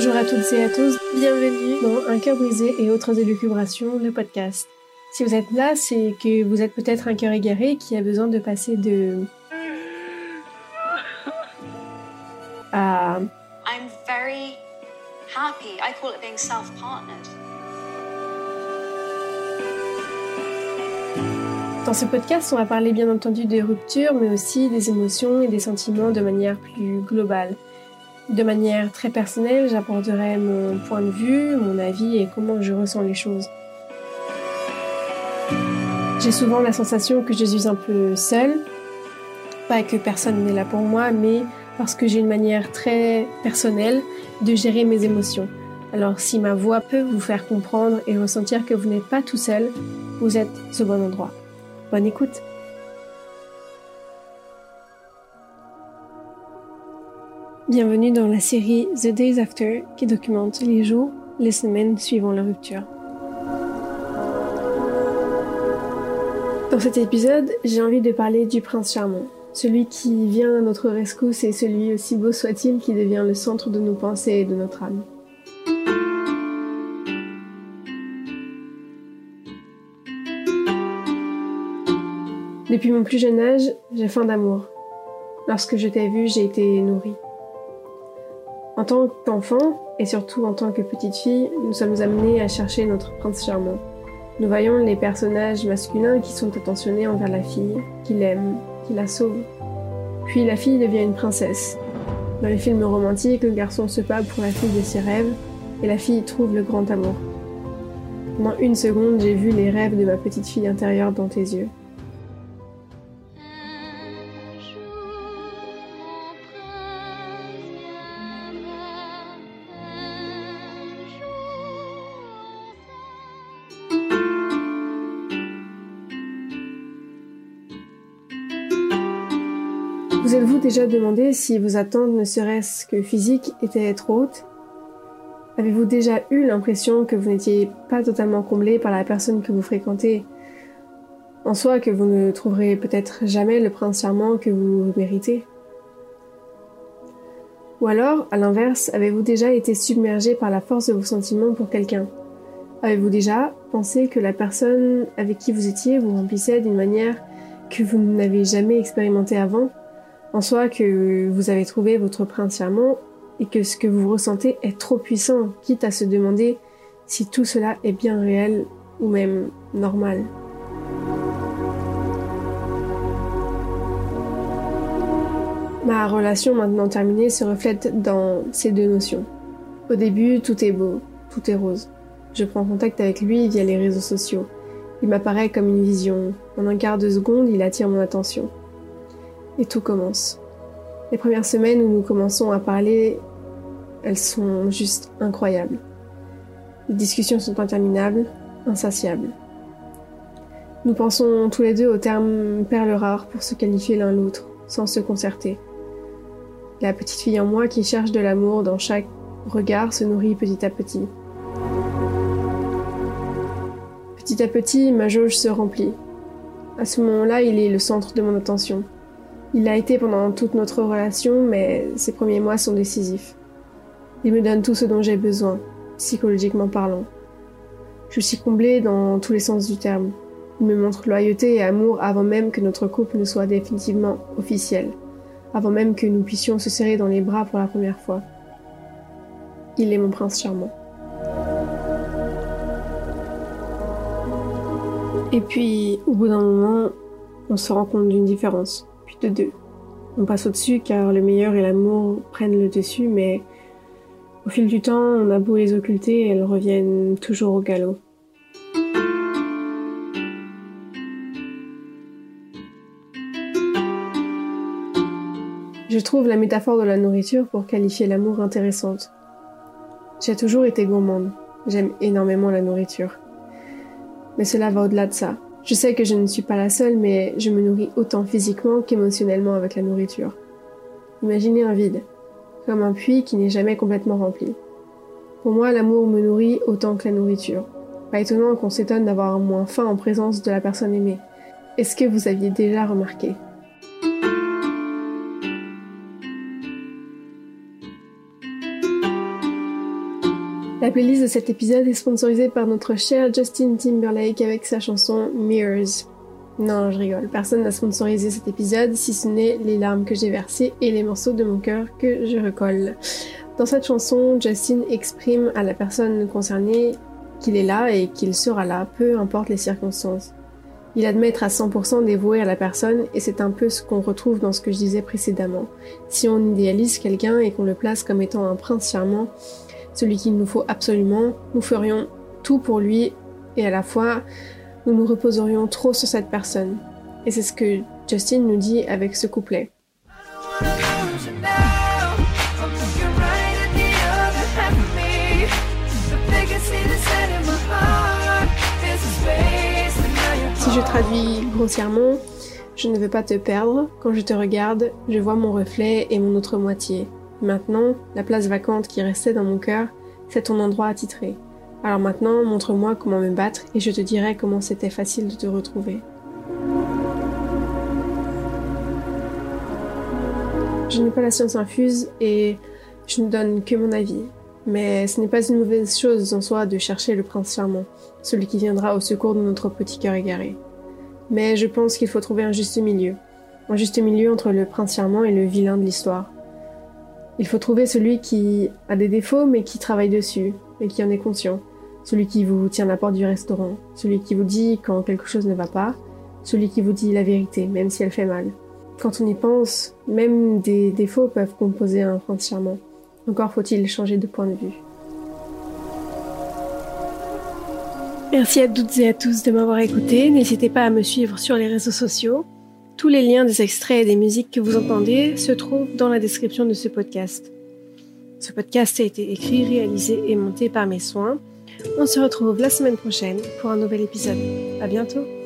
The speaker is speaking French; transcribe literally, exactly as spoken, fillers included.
Bonjour à toutes et à tous, bienvenue dans Un cœur brisé et autres élucubrations, le podcast. Si vous êtes là, c'est que vous êtes peut-être un cœur égaré qui a besoin de passer de... à... I'm very happy. I call it being self-partnered. Dans ce podcast, on va parler bien entendu des ruptures, mais aussi des émotions et des sentiments de manière plus globale. De manière très personnelle, j'apporterai mon point de vue, mon avis et comment je ressens les choses. J'ai souvent la sensation que je suis un peu seule, pas que personne n'est là pour moi, mais parce que j'ai une manière très personnelle de gérer mes émotions. Alors si ma voix peut vous faire comprendre et ressentir que vous n'êtes pas tout seul, vous êtes au bon endroit. Bonne écoute. Bienvenue dans la série The Days After qui documente les jours, les semaines suivant la rupture. Dans cet épisode, j'ai envie de parler du prince charmant, celui qui vient à notre rescousse et celui, aussi beau soit-il, qui devient le centre de nos pensées et de notre âme. Depuis mon plus jeune âge, j'ai faim d'amour. Lorsque je t'ai vu, j'ai été nourrie. En tant qu'enfant, et surtout en tant que petite fille, nous sommes amenés à chercher notre prince charmant. Nous voyons les personnages masculins qui sont attentionnés envers la fille, qui l'aiment, qui la sauvent. Puis la fille devient une princesse. Dans les films romantiques, le garçon se bat pour la fille de ses rêves, et la fille trouve le grand amour. Pendant une seconde, j'ai vu les rêves de ma petite fille intérieure dans tes yeux. Vous êtes-vous déjà demandé si vos attentes, ne serait-ce que physiques, étaient trop hautes ? Avez-vous déjà eu l'impression que vous n'étiez pas totalement comblé par la personne que vous fréquentez ? En soi, que vous ne trouverez peut-être jamais le prince charmant que vous méritez ? Ou alors, à l'inverse, avez-vous déjà été submergé par la force de vos sentiments pour quelqu'un ? Avez-vous déjà pensé que la personne avec qui vous étiez vous remplissait d'une manière que vous n'avez jamais expérimentée avant ? En soi, que vous avez trouvé votre prince charmant et que ce que vous ressentez est trop puissant, quitte à se demander si tout cela est bien réel ou même normal. Ma relation maintenant terminée se reflète dans ces deux notions. Au début, tout est beau, tout est rose. Je prends contact avec lui via les réseaux sociaux. Il m'apparaît comme une vision. En un quart de seconde, il attire mon attention. Et tout commence. Les premières semaines où nous commençons à parler, elles sont juste incroyables. Les discussions sont interminables, insatiables. Nous pensons tous les deux au terme perle rare pour se qualifier l'un l'autre, sans se concerter. La petite fille en moi qui cherche de l'amour dans chaque regard se nourrit petit à petit. Petit à petit, ma jauge se remplit. À ce moment-là, il est le centre de mon attention. Il l'a été pendant toute notre relation, mais ces premiers mois sont décisifs. Il me donne tout ce dont j'ai besoin, psychologiquement parlant. Je suis comblée dans tous les sens du terme. Il me montre loyauté et amour avant même que notre couple ne soit définitivement officiel, avant même que nous puissions se serrer dans les bras pour la première fois. Il est mon prince charmant. Et puis, au bout d'un moment, on se rend compte d'une différence. De deux. On passe au-dessus car le meilleur et l'amour prennent le dessus, mais au fil du temps, on a beau les occulter, elles reviennent toujours au galop. Je trouve la métaphore de la nourriture pour qualifier l'amour intéressante. J'ai toujours été gourmande. J'aime énormément la nourriture. Mais cela va au-delà de ça. Je sais que je ne suis pas la seule, mais je me nourris autant physiquement qu'émotionnellement avec la nourriture. Imaginez un vide, comme un puits qui n'est jamais complètement rempli. Pour moi, l'amour me nourrit autant que la nourriture. Pas étonnant qu'on s'étonne d'avoir moins faim en présence de la personne aimée. Est-ce que vous aviez déjà remarqué ? La playlist de cet épisode est sponsorisée par notre cher Justin Timberlake avec sa chanson Mirrors. Non, je rigole, personne n'a sponsorisé cet épisode si ce n'est les larmes que j'ai versées et les morceaux de mon cœur que je recolle. Dans cette chanson, Justin exprime à la personne concernée qu'il est là et qu'il sera là, peu importe les circonstances. Il admet être à cent pour cent dévoué à la personne et c'est un peu ce qu'on retrouve dans ce que je disais précédemment. Si on idéalise quelqu'un et qu'on le place comme étant un prince charmant, celui qu'il nous faut absolument, nous ferions tout pour lui et à la fois, nous nous reposerions trop sur cette personne. Et c'est ce que Justin nous dit avec ce couplet. Si je traduis grossièrement, je ne veux pas te perdre. Quand je te regarde, je vois mon reflet et mon autre moitié. Maintenant, la place vacante qui restait dans mon cœur, c'est ton endroit attitré. Alors maintenant, montre-moi comment me battre et je te dirai comment c'était facile de te retrouver. Je n'ai pas la science infuse et je ne donne que mon avis. Mais ce n'est pas une mauvaise chose en soi de chercher le prince charmant, celui qui viendra au secours de notre petit cœur égaré. Mais je pense qu'il faut trouver un juste milieu. Un juste milieu entre le prince charmant et le vilain de l'histoire. Il faut trouver celui qui a des défauts mais qui travaille dessus et qui en est conscient. Celui qui vous tient la porte du restaurant, celui qui vous dit quand quelque chose ne va pas, celui qui vous dit la vérité, même si elle fait mal. Quand on y pense, même des défauts peuvent composer un prince charmant. Encore faut-il changer de point de vue. Merci à toutes et à tous de m'avoir écouté. N'hésitez pas à me suivre sur les réseaux sociaux. Tous les liens des extraits et des musiques que vous entendez se trouvent dans la description de ce podcast. Ce podcast a été écrit, réalisé et monté par mes soins. On se retrouve la semaine prochaine pour un nouvel épisode. À bientôt!